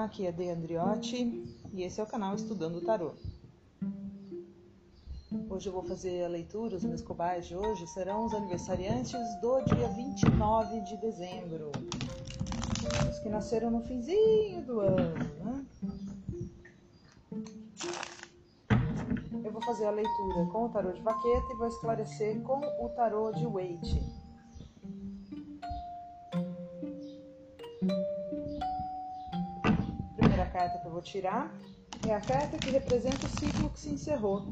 Olá, aqui é Dei Andriotti e esse é o canal Estudando o Tarô. Hoje eu vou fazer a leitura, os meus cobaias de hoje serão os aniversariantes do dia 29 de dezembro. Os que nasceram no finzinho do ano, né? Eu vou fazer a leitura com o tarô de vaqueta e vou esclarecer com o tarô de Waite. A primeira carta que eu vou tirar é a carta que representa o ciclo que se encerrou.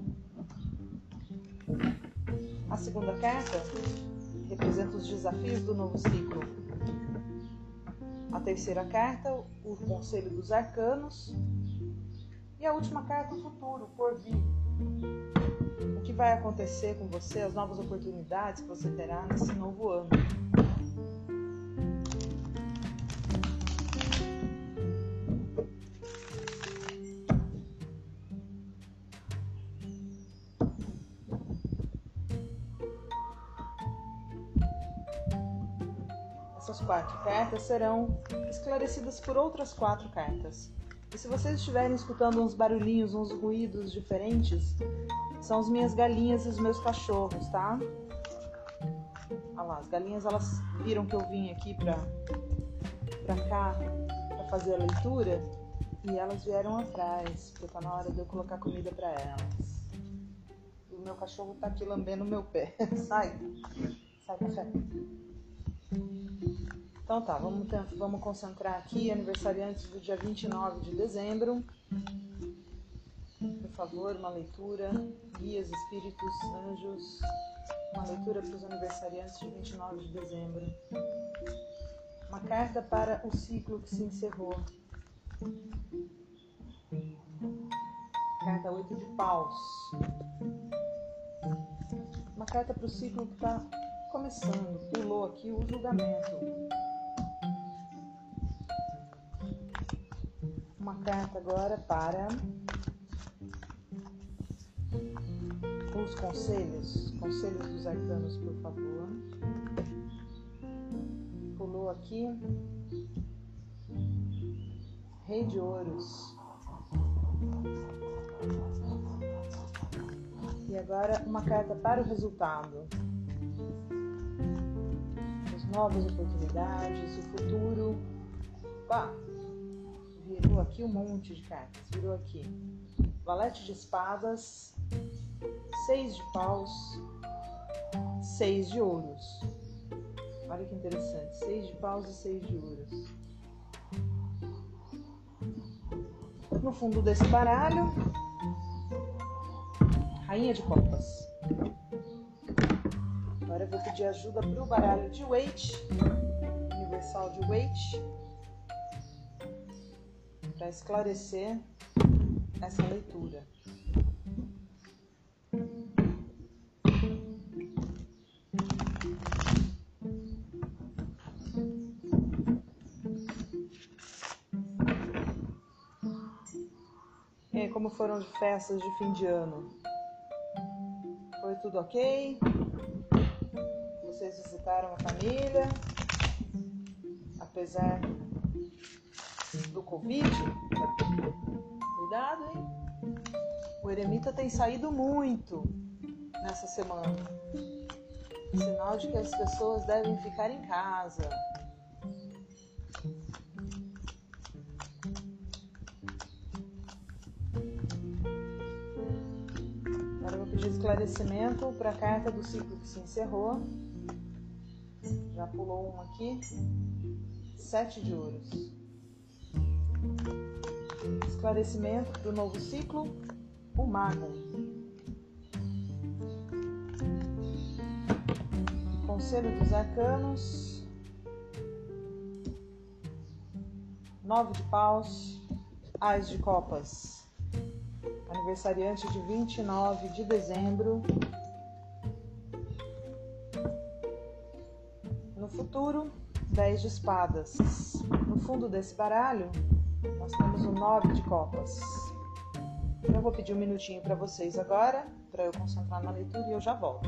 A segunda carta representa os desafios do novo ciclo. A terceira carta, o conselho dos arcanos. E a última carta, o futuro, o porvir. O que vai acontecer com você, as novas oportunidades que você terá nesse novo ano. Essas 4 cartas serão esclarecidas por outras 4 cartas. E se vocês estiverem escutando uns barulhinhos, uns ruídos diferentes, são as minhas galinhas e os meus cachorros, tá? Olha lá, as galinhas, elas viram que eu vim aqui pra cá pra fazer a leitura e elas vieram atrás, porque tá na hora de eu colocar comida pra elas. E o meu cachorro tá aqui lambendo o meu pé. Sai, café. Então tá, vamos concentrar aqui, aniversariantes do dia 29 de dezembro. Por favor, uma leitura, guias, espíritos, anjos, uma leitura para os aniversariantes de 29 de dezembro. Uma carta para o ciclo que se encerrou. Carta 8 de paus. Uma carta para o ciclo que está começando, pulou aqui o julgamento. Uma carta agora para os conselhos dos arcanos, por favor. Pulou aqui Rei de Ouros. E agora uma carta para o resultado. As novas oportunidades, o futuro. Opa! Virou aqui um monte de cartas. Virou aqui Valete de espadas, 6 de paus, 6 de ouros. Olha que interessante. 6 de paus e 6 de ouros. No fundo desse baralho, Rainha de copas. Agora eu vou pedir ajuda para o baralho de Waite, universal de Waite, para esclarecer essa leitura. E aí, como foram as festas de fim de ano? Foi tudo ok? Vocês visitaram a família? Apesar do Covid? Cuidado, hein? O eremita tem saído muito nessa semana. Sinal de que as pessoas devem ficar em casa. Agora eu vou pedir esclarecimento para a carta do ciclo que se encerrou. Já pulou uma aqui. 7 de ouros. Esclarecimento para o novo ciclo, o mago. Conselho dos arcanos, 9 de paus, Ás de copas. Aniversariante de 29 de dezembro. No futuro, 10 de espadas. No fundo desse baralho, nós temos o 9 de copas. Eu vou pedir um minutinho para vocês agora, para eu concentrar na leitura e eu já volto.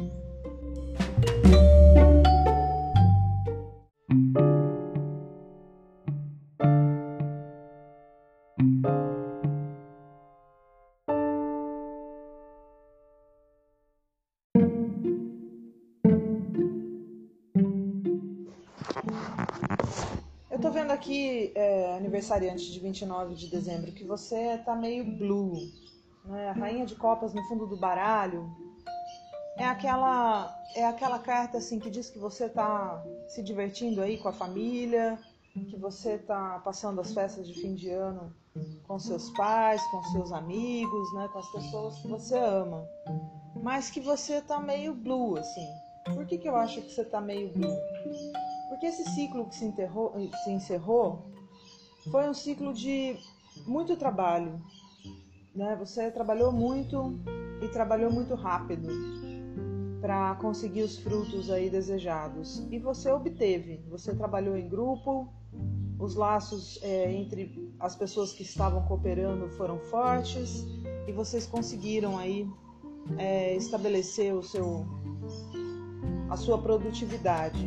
Eu tô vendo aqui, aniversariante de 29 de dezembro, que você tá meio blue, né? A rainha de copas no fundo do baralho é aquela carta assim que diz que você tá se divertindo aí com a família, que você tá passando as festas de fim de ano com seus pais, com seus amigos, né? Com as pessoas que você ama. Mas que você tá meio blue, assim. Por que eu acho que você tá meio blue? Porque esse ciclo que se encerrou foi um ciclo de muito trabalho, né? Você trabalhou muito e trabalhou muito rápido para conseguir os frutos aí desejados. E você obteve. Você trabalhou em grupo, os laços entre as pessoas que estavam cooperando foram fortes e vocês conseguiram aí estabelecer a sua produtividade.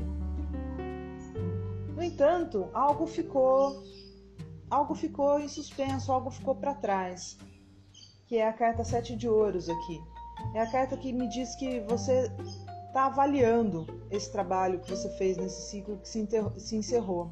No entanto, algo ficou em suspenso, algo ficou para trás, que é a carta 7 de ouros aqui. É a carta que me diz que você está avaliando esse trabalho que você fez nesse ciclo que se encerrou.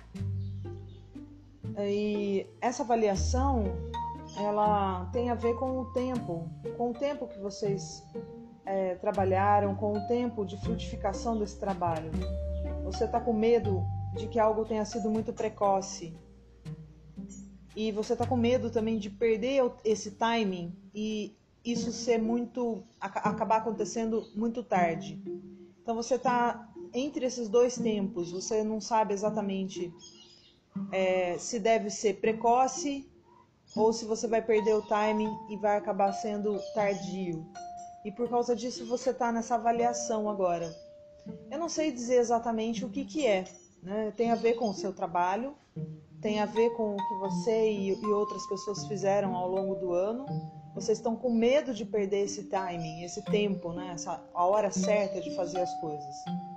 E essa avaliação, ela tem a ver com o tempo que vocês trabalharam, com o tempo de frutificação desse trabalho. Você está com medo de que algo tenha sido muito precoce. E você está com medo também de perder esse timing e isso acabar acontecendo muito tarde. Então você está entre esses dois tempos, você não sabe exatamente se deve ser precoce ou se você vai perder o timing e vai acabar sendo tardio. E por causa disso você está nessa avaliação agora. Eu não sei dizer exatamente o que é, né? Tem a ver com o seu trabalho, tem a ver com o que você e outras pessoas fizeram ao longo do ano. Vocês estão com medo de perder esse timing, esse tempo, né? A hora certa de fazer as coisas.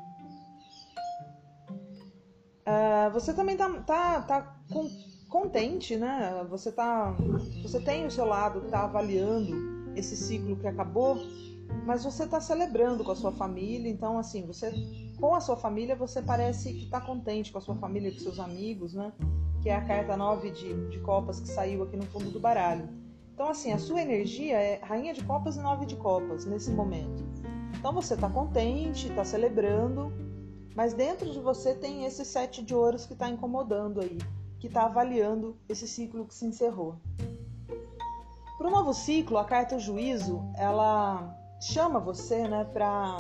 Você também tá contente, né? Você tem o seu lado que está avaliando esse ciclo que acabou, mas você está celebrando com a sua família. Então, assim, com a sua família, você parece que está contente com a sua família, com seus amigos, né? Que é a carta 9 de copas que saiu aqui no fundo do baralho. Então, assim, a sua energia é rainha de copas e 9 de copas nesse momento. Então, você está contente, está celebrando, mas dentro de você tem esse 7 de ouros que está incomodando aí, que está avaliando esse ciclo que se encerrou. Para o novo ciclo, a carta Juízo, ela chama você, né, para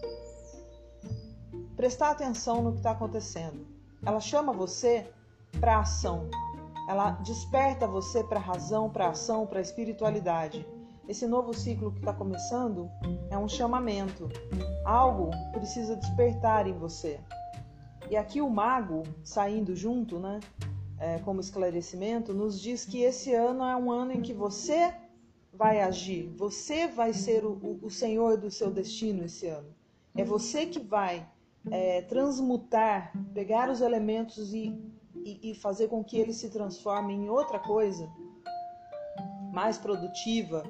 prestar atenção no que está acontecendo. Ela chama você para a ação. Ela desperta você para a razão, para a ação, para a espiritualidade. Esse novo ciclo que está começando é um chamamento. Algo precisa despertar em você. E aqui o mago, saindo junto, né, como esclarecimento, nos diz que esse ano é um ano em que você vai agir. Você vai ser o senhor do seu destino esse ano. É você que vai transmutar, pegar os elementos e fazer com que eles se transformem em outra coisa mais produtiva,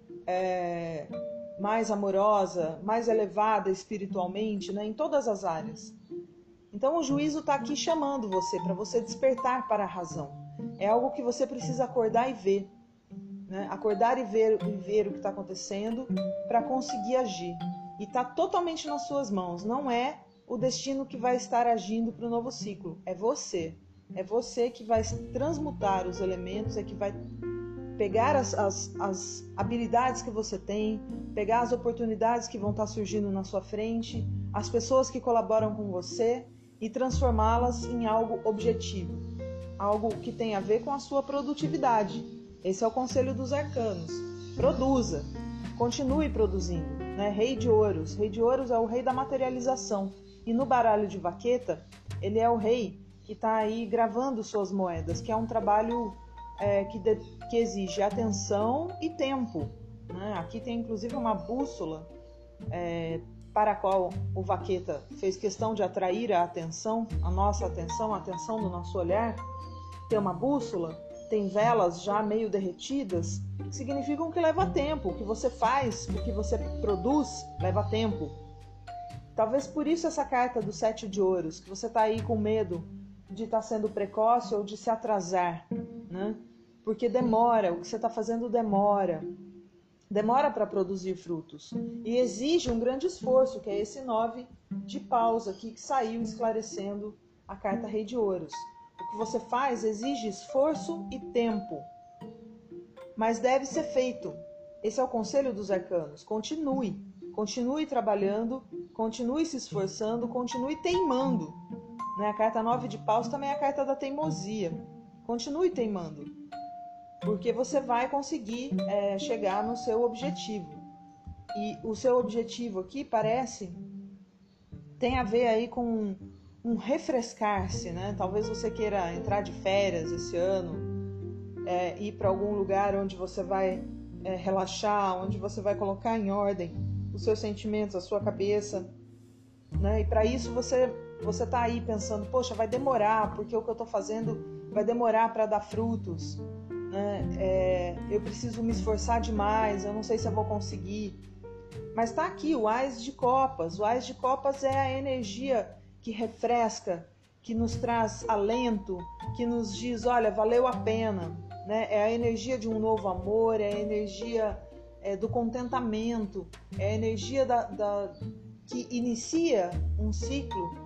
mais amorosa, mais elevada espiritualmente, né, em todas as áreas. Então o juízo está aqui chamando você, para você despertar para a razão. É algo que você precisa acordar e ver, né? Acordar e ver o que está acontecendo para conseguir agir. E está totalmente nas suas mãos, não é o destino que vai estar agindo para o novo ciclo, é você. É você que vai transmutar os elementos, é que vai pegar as habilidades que você tem, pegar as oportunidades que vão estar surgindo na sua frente, as pessoas que colaboram com você e transformá-las em algo objetivo, algo que tem a ver com a sua produtividade. Esse é o conselho dos arcanos. Produza, continue produzindo, né? Rei de ouros. Rei de ouros é o rei da materialização. E no baralho de vaqueta, ele é o rei que está aí gravando suas moedas, que é um trabalho que exige atenção e tempo, né? Aqui tem inclusive uma bússola para a qual o vaqueta fez questão de atrair a atenção, a nossa atenção, a atenção do nosso olhar. Tem uma bússola, tem velas já meio derretidas, que significam que leva tempo. O que você faz, o que você produz, leva tempo. Talvez por isso essa carta do 7 de ouros, que você está aí com medo de estar sendo precoce ou de se atrasar, né? Porque demora, o que você está fazendo demora para produzir frutos. E exige um grande esforço, que é esse 9 de paus aqui, que saiu esclarecendo a carta Rei de Ouros. O que você faz exige esforço e tempo, mas deve ser feito. Esse é o conselho dos arcanos. Continue trabalhando, continue se esforçando, continue teimando. Né? A carta 9 de paus também é a carta da teimosia. Continue teimando, porque você vai conseguir chegar no seu objetivo. E o seu objetivo aqui tem a ver aí com um refrescar-se, né? Talvez você queira entrar de férias esse ano, ir para algum lugar onde você vai relaxar, onde você vai colocar em ordem os seus sentimentos, a sua cabeça, né? E para isso você está aí pensando, poxa, vai demorar, porque o que eu estou fazendo vai demorar para dar frutos, né? Eu preciso me esforçar demais, eu não sei se eu vou conseguir. Mas está aqui o Ás de Copas. O Ás de Copas é a energia que refresca, que nos traz alento, que nos diz, olha, valeu a pena, né? É a energia de um novo amor, é a energia do contentamento, é a energia que inicia um ciclo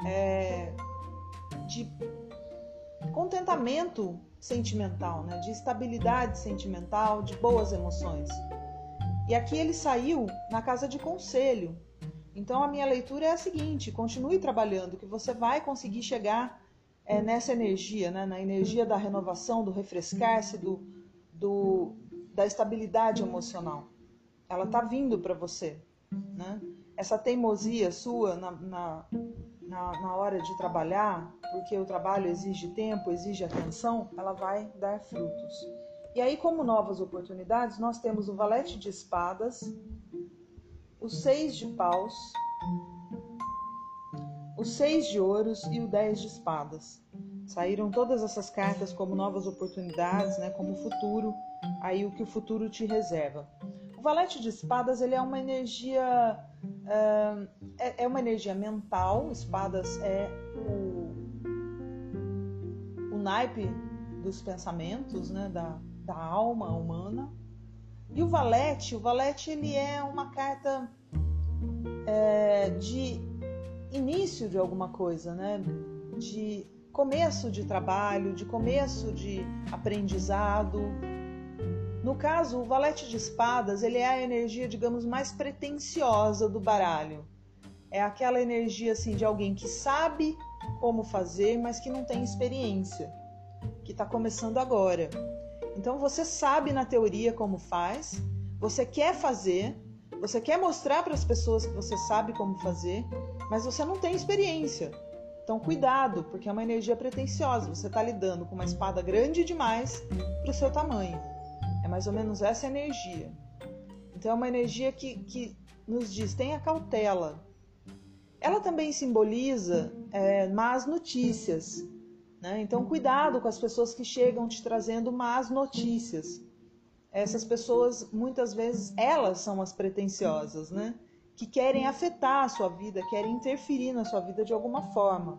de contentamento sentimental, né? De estabilidade sentimental, de boas emoções. E aqui ele saiu na casa de conselho. Então a minha leitura é a seguinte: continue trabalhando, que você vai conseguir chegar nessa energia, né? Na energia da renovação, do refrescar-se, da estabilidade emocional. Ela está vindo para você, né? Essa teimosia sua na hora de trabalhar, porque o trabalho exige tempo, exige atenção, ela vai dar frutos. E aí, como novas oportunidades, nós temos o Valete de Espadas, o 6 de paus, o 6 de ouros e o 10 de espadas. Saíram todas essas cartas como novas oportunidades, né, como futuro, aí o que o futuro te reserva. O Valete de Espadas, ele é uma energia uma energia mental. Espadas é o naipe dos pensamentos, né, da alma humana. E o Valete ele é uma carta de início de alguma coisa, né? De começo de trabalho, de começo de aprendizado. No caso, o Valete de Espadas, ele é a energia, digamos, mais pretensiosa do baralho. É aquela energia assim de alguém que sabe como fazer, mas que não tem experiência, que está começando agora. Então você sabe na teoria como faz, você quer fazer, você quer mostrar para as pessoas que você sabe como fazer, mas você não tem experiência. Então cuidado, porque é uma energia pretensiosa, você está lidando com uma espada grande demais para o seu tamanho. É mais ou menos essa energia. Então é uma energia que nos diz, tenha cautela. Ela também simboliza más notícias. Então, cuidado com as pessoas que chegam te trazendo más notícias. Essas pessoas, muitas vezes, elas são as pretensiosas, né? Que querem afetar a sua vida, querem interferir na sua vida de alguma forma.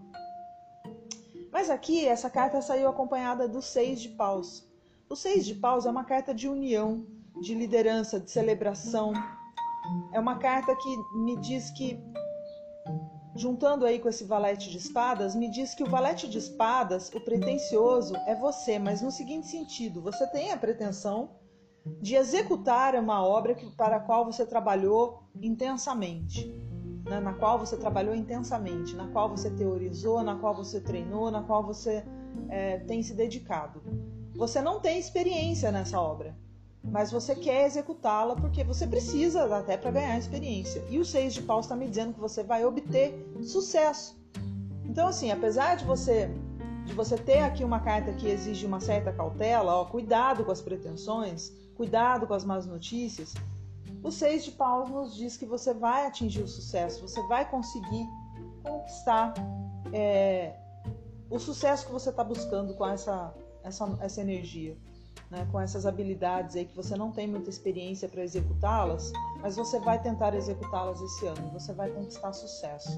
Mas aqui, essa carta saiu acompanhada do 6 de paus. O 6 de paus é uma carta de união, de liderança, de celebração. É uma carta que me diz que, juntando aí com esse Valete de Espadas, me diz que o Valete de Espadas, o pretensioso, é você, mas no seguinte sentido: você tem a pretensão de executar uma obra para a qual você trabalhou intensamente, né? Na qual você trabalhou intensamente, na qual você teorizou, na qual você treinou, na qual você tem se dedicado. Você não tem experiência nessa obra, mas você quer executá-la porque você precisa até para ganhar experiência. E o 6 de paus está me dizendo que você vai obter sucesso. Então, assim, apesar de você ter aqui uma carta que exige uma certa cautela, cuidado com as pretensões, cuidado com as más notícias, o 6 de paus nos diz que você vai atingir o sucesso, você vai conseguir conquistar o sucesso que você está buscando com essa energia. né, com essas habilidades aí que você não tem muita experiência para executá-las, mas você vai tentar executá-las esse ano, você vai conquistar sucesso.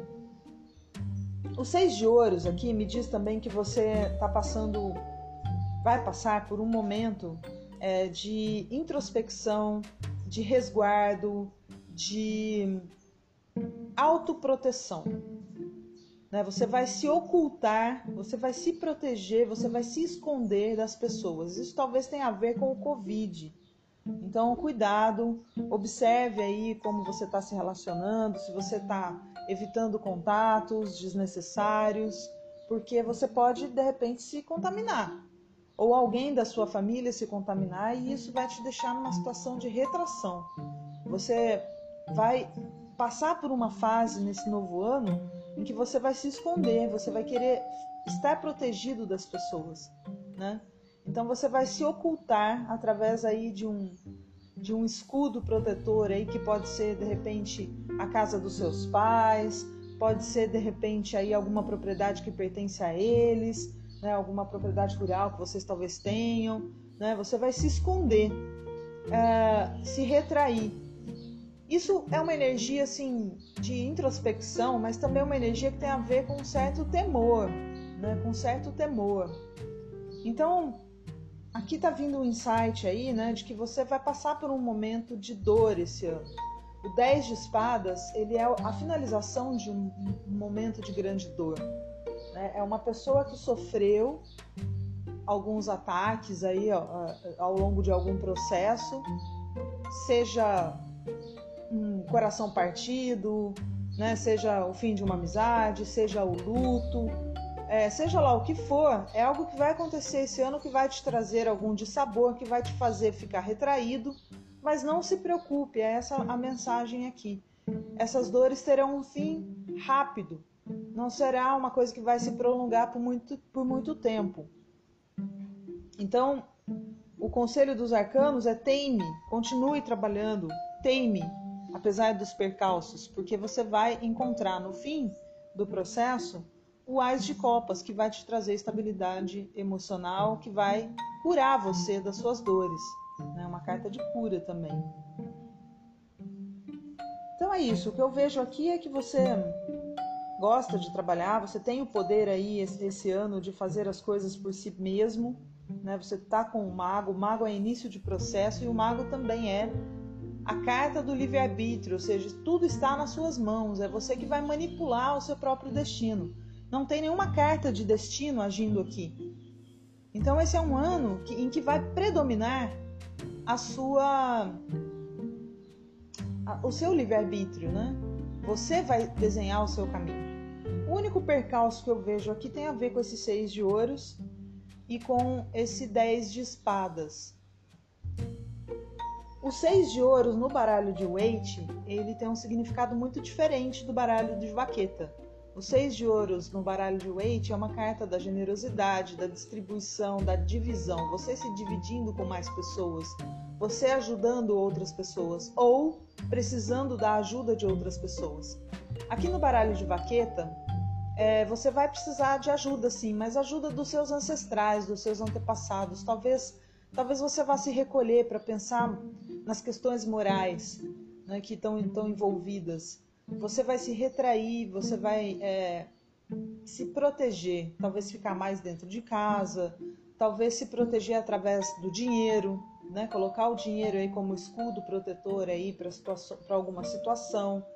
O 6 de ouros aqui me diz também que você vai passar por um momento de introspecção, de resguardo, de autoproteção. Você vai se ocultar, você vai se proteger, você vai se esconder das pessoas. Isso talvez tenha a ver com o Covid. Então, cuidado, observe aí como você está se relacionando, se você está evitando contatos desnecessários, porque você pode, de repente, se contaminar. Ou alguém da sua família se contaminar e isso vai te deixar numa situação de retração. Você vai passar por uma fase nesse novo ano em que você vai se esconder, você vai querer estar protegido das pessoas, né? Então você vai se ocultar através aí de um escudo protetor aí, que pode ser de repente a casa dos seus pais, pode ser de repente aí alguma propriedade que pertence a eles, né? Alguma propriedade rural que vocês talvez tenham, né? Você vai se esconder, se retrair. Isso é uma energia assim de introspecção, mas também é uma energia que tem a ver com um certo temor, né? Com um certo temor. Então, aqui está vindo um insight aí, né, de que você vai passar por um momento de dor esse ano. O 10 de espadas, ele é a finalização de um momento de grande dor, né? É uma pessoa que sofreu alguns ataques aí ao longo de algum processo, seja um coração partido, né? Seja o fim de uma amizade, seja o luto, seja lá o que for, é algo que vai acontecer esse ano que vai te trazer algum dissabor, que vai te fazer ficar retraído, mas não se preocupe, é essa a mensagem aqui. Essas dores terão um fim rápido, não será uma coisa que vai se prolongar por muito tempo. Então, o conselho dos arcanos é teime, continue trabalhando, teime, apesar dos percalços, porque você vai encontrar no fim do processo o Ás de Copas, que vai te trazer estabilidade emocional, que vai curar você das suas dores. É uma carta de cura também. Então é isso, o que eu vejo aqui é que você gosta de trabalhar, você tem o poder aí esse ano de fazer as coisas por si mesmo, né? Você está com o mago é início de processo e o mago também é a carta do livre-arbítrio, ou seja, tudo está nas suas mãos, é você que vai manipular o seu próprio destino. Não tem nenhuma carta de destino agindo aqui. Então esse é um ano em que vai predominar o seu livre-arbítrio, né? Você vai desenhar o seu caminho. O único percalço que eu vejo aqui tem a ver com esse 6 de ouros e com esse 10 de espadas. O 6 de ouros no baralho de Waite, ele tem um significado muito diferente do baralho de Vaqueta. O 6 de ouros no baralho de Waite é uma carta da generosidade, da distribuição, da divisão. Você se dividindo com mais pessoas, você ajudando outras pessoas ou precisando da ajuda de outras pessoas. Aqui no baralho de Vaqueta, você vai precisar de ajuda sim, mas ajuda dos seus ancestrais, dos seus antepassados. Talvez você vá se recolher para pensar nas questões morais, né, que estão envolvidas. Você vai se retrair, você vai se proteger, talvez ficar mais dentro de casa, talvez se proteger através do dinheiro, né? Colocar o dinheiro aí como escudo protetor aí para alguma situação.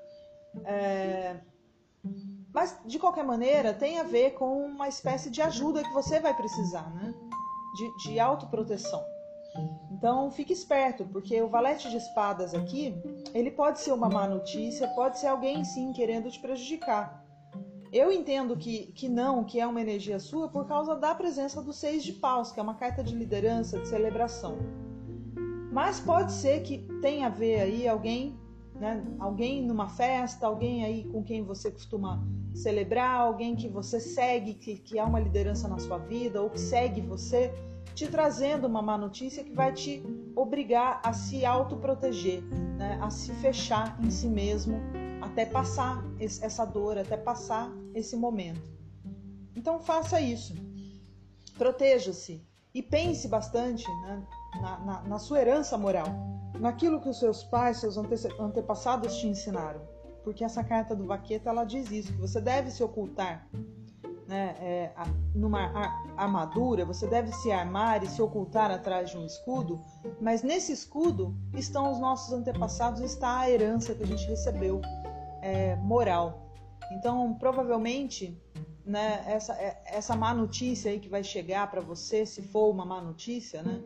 Mas, de qualquer maneira, tem a ver com uma espécie de ajuda que você vai precisar, né? De autoproteção. Então, fique esperto, porque o valete de espadas aqui, ele pode ser uma má notícia, pode ser alguém, sim, querendo te prejudicar. Eu entendo que é uma energia sua por causa da presença do 6 de paus, que é uma carta de liderança, de celebração. Mas pode ser que tenha a ver aí alguém, né? Alguém numa festa, alguém aí com quem você costuma celebrar, alguém que você segue, que há uma liderança na sua vida, ou que segue você, te trazendo uma má notícia que vai te obrigar a se autoproteger, né? A se fechar em si mesmo até passar essa dor, até passar esse momento. Então faça isso, proteja-se E pense bastante, né, na sua herança moral, naquilo que os seus pais, seus antepassados te ensinaram. Porque essa carta do Vaqueta, ela diz isso, que você deve se ocultar, né, numa armadura, você deve se armar e se ocultar atrás de um escudo, mas nesse escudo estão os nossos antepassados, está a herança que a gente recebeu, moral. Então, provavelmente, né, essa má notícia aí que vai chegar para você, se for uma má notícia, né,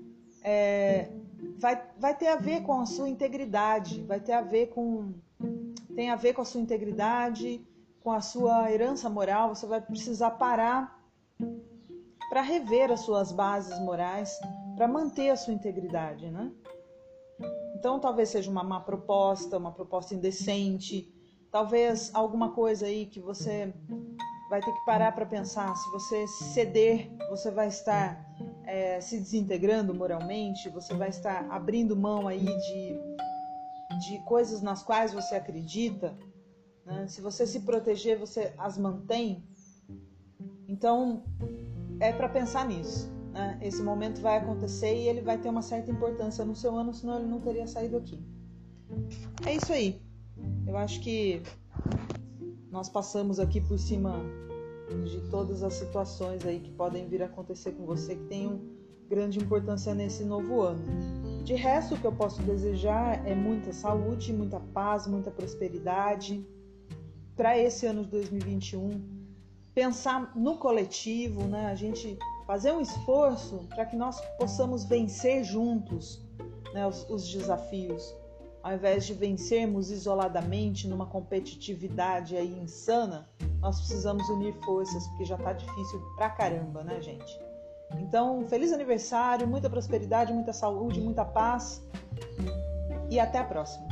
vai ter a ver com a sua integridade, tem a ver com a sua integridade, com a sua herança moral. Você vai precisar parar para rever as suas bases morais, para manter a sua integridade, né? Então, talvez seja uma má proposta, uma proposta indecente, talvez alguma coisa aí que você vai ter que parar para pensar. Se você ceder, você vai estar se desintegrando moralmente, você vai estar abrindo mão aí de coisas nas quais você acredita, né? Se você se proteger, você as mantém. Então, é para pensar nisso, né? Esse momento vai acontecer e ele vai ter uma certa importância no seu ano, senão ele não teria saído aqui. É isso aí. Eu acho que nós passamos aqui por cima de todas as situações aí que podem vir a acontecer com você, que tenham grande importância nesse novo ano. De resto, o que eu posso desejar é muita saúde, muita paz, muita prosperidade para esse ano de 2021. Pensar no coletivo, né? A gente fazer um esforço para que nós possamos vencer juntos, né, os desafios, ao invés de vencermos isoladamente numa competitividade aí insana. Nós precisamos unir forças, porque já tá difícil pra caramba, né, gente? Então, feliz aniversário, muita prosperidade, muita saúde, muita paz e até a próxima.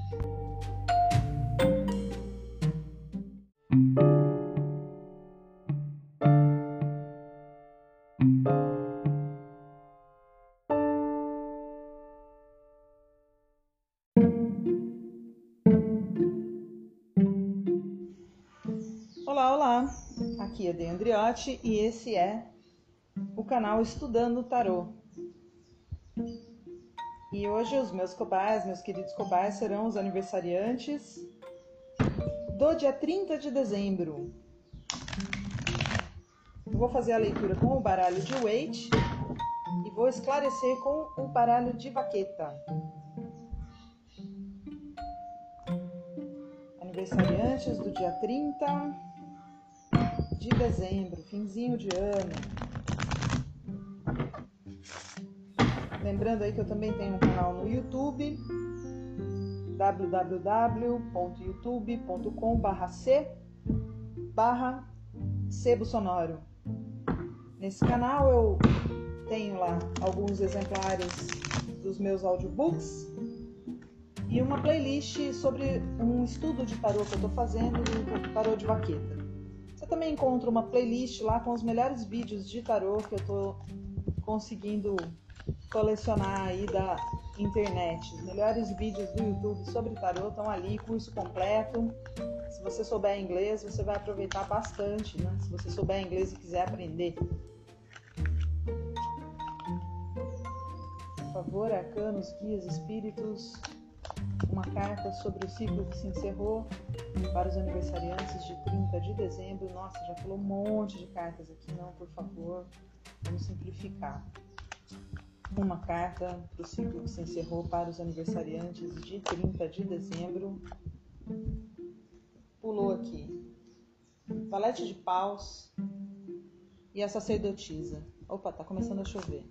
Olá, aqui é Dê Andriotti e esse é o canal Estudando Tarô. E hoje os meus queridos cobaias, serão os aniversariantes do dia 30 de dezembro. Eu vou fazer a leitura com o baralho de Waite e vou esclarecer com o baralho de Vaqueta. Aniversariantes do dia 30 de dezembro, finzinho de ano. Lembrando aí que eu também tenho um canal no YouTube, www.youtube.com/c/sebo sonoro. Nesse canal eu tenho lá alguns exemplares dos meus audiobooks e uma playlist sobre um estudo de tarô que eu estou fazendo, do tarô de Vaqueta. Você também encontra uma playlist lá com os melhores vídeos de tarô que eu estou conseguindo colecionar aí da internet. Os melhores vídeos do YouTube sobre tarô estão ali, curso completo. Se você souber inglês, você vai aproveitar bastante, né? Se você souber inglês e quiser aprender. Por favor, arcanos, guias, espíritos, uma carta sobre o ciclo que se encerrou para os aniversariantes de 30 de dezembro. Nossa, já falou um monte de cartas aqui. Não, por favor, vamos simplificar. Uma carta para o ciclo que se encerrou para os aniversariantes de 30 de dezembro. Pulou aqui valete de paus e a sacerdotisa. Opa, tá começando a chover.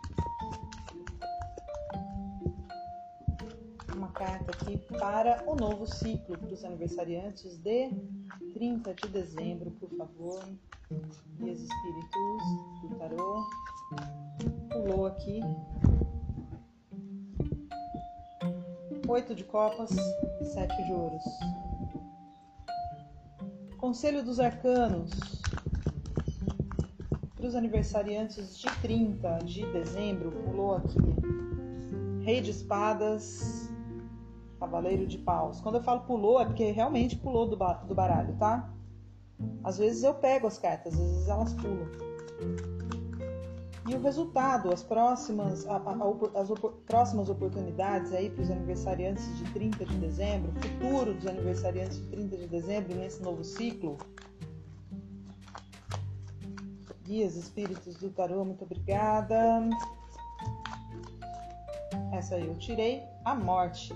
Uma carta aqui para o novo ciclo, para os aniversariantes de 30 de dezembro, por favor. Guias espíritos do tarô. Pulou aqui 8 de copas, 7 de ouros. Conselho dos arcanos para os aniversariantes de 30 de dezembro. Pulou aqui Rei de espadas, Cavaleiro de paus. Quando eu falo pulou, é porque realmente pulou do baralho, tá? Às vezes eu pego as cartas, às vezes elas pulam. E o resultado, as próximas oportunidades aí para os aniversariantes de 30 de dezembro, o futuro dos aniversariantes de 30 de dezembro nesse novo ciclo. Guias, espíritos do tarô, muito obrigada. Essa aí eu tirei, a morte.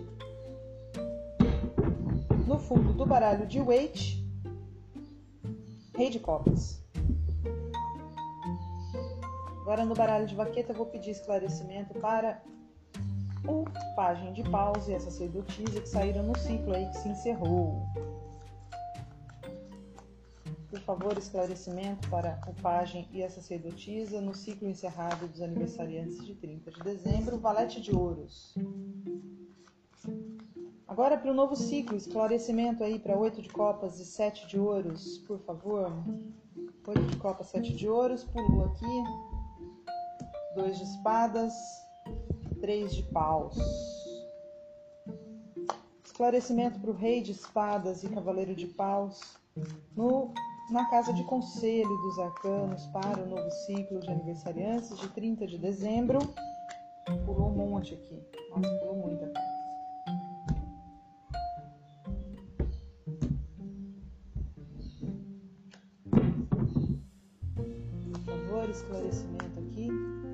No fundo do baralho de Waite, Rei de Copas. Agora no baralho de vaqueta eu vou pedir esclarecimento para o Pajem de Paus e a sacerdotisa que saíram no ciclo aí que se encerrou. Por favor, esclarecimento para o Pajem e a sacerdotisa no ciclo encerrado dos aniversariantes de 30 de dezembro, Valete de Ouros. Agora para o novo ciclo, esclarecimento aí para 8 de copas e 7 de ouros, por favor. 8 de copas, 7 de ouros, pulou aqui. 2 de espadas, 3 de paus. Esclarecimento para o Rei de Espadas e Cavaleiro de Paus na casa de conselho dos arcanos para o novo ciclo de aniversariantes de 30 de dezembro. Pulou um monte aqui. Nossa, pulou muita carta. Por favor, esclarecimento aqui.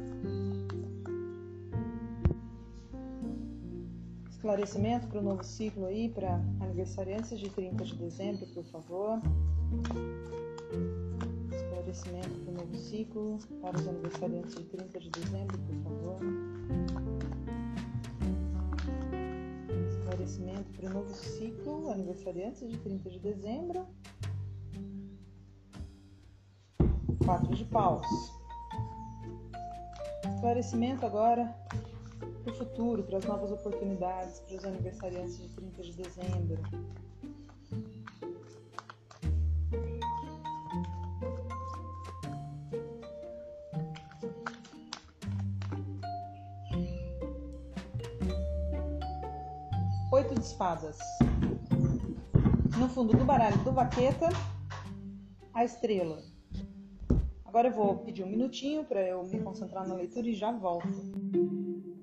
Esclarecimento para o novo ciclo aí, para aniversariantes de 30 de dezembro, por favor. Esclarecimento para o novo ciclo, para os aniversariantes de 30 de dezembro, por favor. Esclarecimento para o novo ciclo, aniversariantes de 30 de dezembro. 4 de paus. Esclarecimento agora para o futuro, para as novas oportunidades, para os aniversariantes de 30 de dezembro. Oito de espadas. No fundo do baralho do vaqueta, a estrela. Agora eu vou pedir um minutinho para eu me concentrar na leitura e já volto.